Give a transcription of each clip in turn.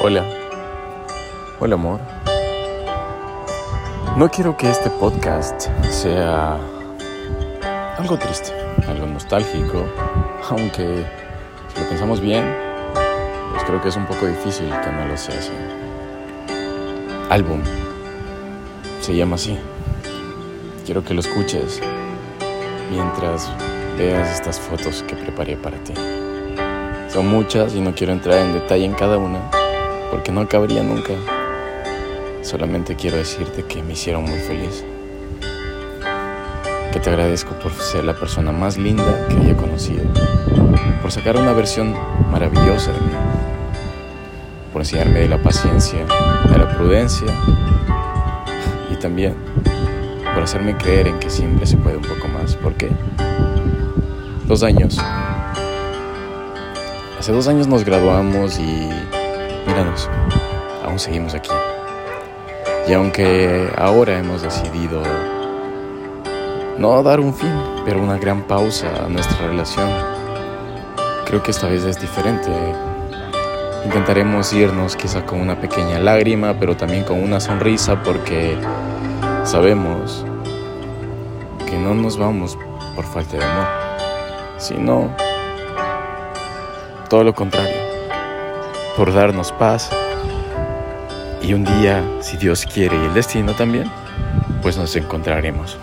Hola, hola amor. No quiero que este podcast sea algo triste, algo nostálgico, aunque si lo pensamos bien, pues creo que es un poco difícil que no lo sea así. Álbum, se llama así. Quiero que lo escuches mientras veas estas fotos que preparé para ti. Son muchas y no quiero entrar en detalle en cada una, porque no acabaría nunca. Solamente quiero decirte que me hicieron muy feliz. Que te agradezco por ser la persona más linda que haya conocido. Por sacar una versión maravillosa de mí. Por enseñarme de la paciencia, de la prudencia. Y también por hacerme creer en que siempre se puede un poco más. ¿Por qué? 2 años. Hace 2 años nos graduamos y míranos, aún seguimos aquí. Y aunque ahora hemos decidido no dar un fin, pero una gran pausa a nuestra relación, creo que esta vez es diferente. Intentaremos irnos quizá con una pequeña lágrima, pero también con una sonrisa, porque sabemos que no nos vamos por falta de amor, sino todo lo contrario, por darnos paz. Y un día, si Dios quiere y el destino también, pues nos encontraremos.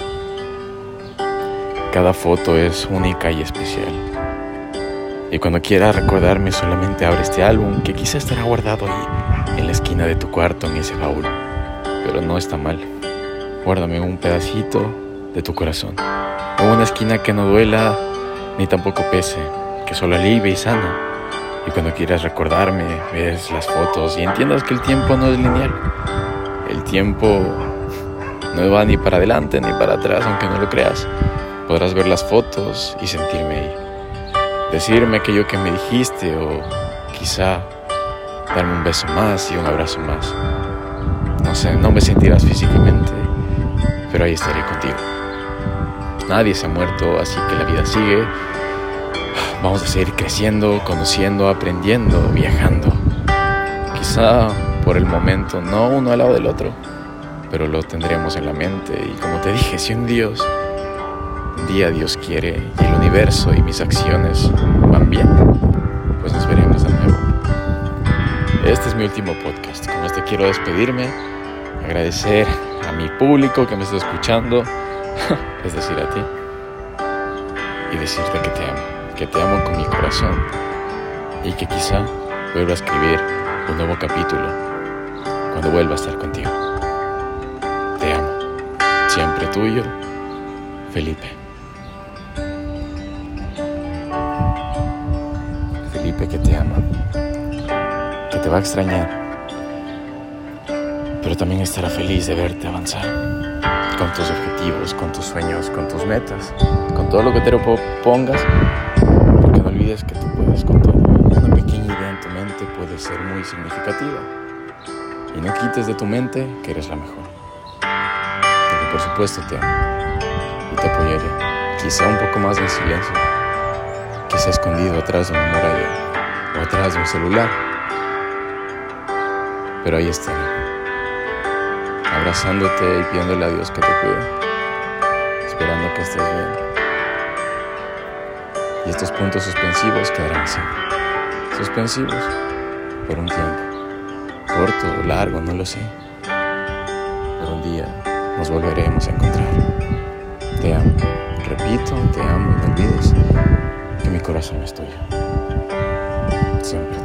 Cada foto es única y especial. Y cuando quieras recordarme, solamente abre este álbum que quizá estará guardado ahí en la esquina de tu cuarto, en ese baúl. Pero no está mal. Guárdame un pedacito de tu corazón, en una esquina que no duela ni tampoco pese, que solo alivie y sana. Y cuando quieras recordarme, ves las fotos y entiendas que el tiempo no es lineal. El tiempo no va ni para adelante ni para atrás, aunque no lo creas. Podrás ver las fotos y sentirme ahí. Decirme aquello que me dijiste, o quizá darme un beso más y un abrazo más. No sé, no me sentirás físicamente, pero ahí estaré contigo. Nadie se ha muerto, así que la vida sigue. Vamos a seguir creciendo, conociendo, aprendiendo, viajando. Quizá por el momento no uno al lado del otro, pero lo tendremos en la mente. Y como te dije, si un día Dios quiere y el universo y mis acciones van bien, pues nos veremos de nuevo. Este es mi último podcast. Con este quiero despedirme, agradecer a mi público que me está escuchando, es decir, a ti, y decirte que te amo. Que te amo con mi corazón y que quizá vuelva a escribir un nuevo capítulo cuando vuelva a estar contigo. Te amo. Siempre tuyo, Felipe. Felipe, que te ama, que te va a extrañar, pero también estará feliz de verte avanzar con tus objetivos, con tus sueños, con tus metas, con todo lo que te propongas. No olvides que tú puedes con todo. Una pequeña idea en tu mente puede ser muy significativa. Y no quites de tu mente que eres la mejor. Porque por supuesto te amo y te apoyaré. Quizá un poco más en silencio, quizá escondido atrás de una muralla o atrás de un celular. Pero ahí estaré, abrazándote y pidiéndole a Dios que te cuide, esperando que estés bien. Y estos puntos suspensivos quedarán así, suspensivos por un tiempo, corto o largo, no lo sé. Pero un día nos volveremos a encontrar. Te amo, repito, te amo, y no olvides que mi corazón es tuyo. Siempre.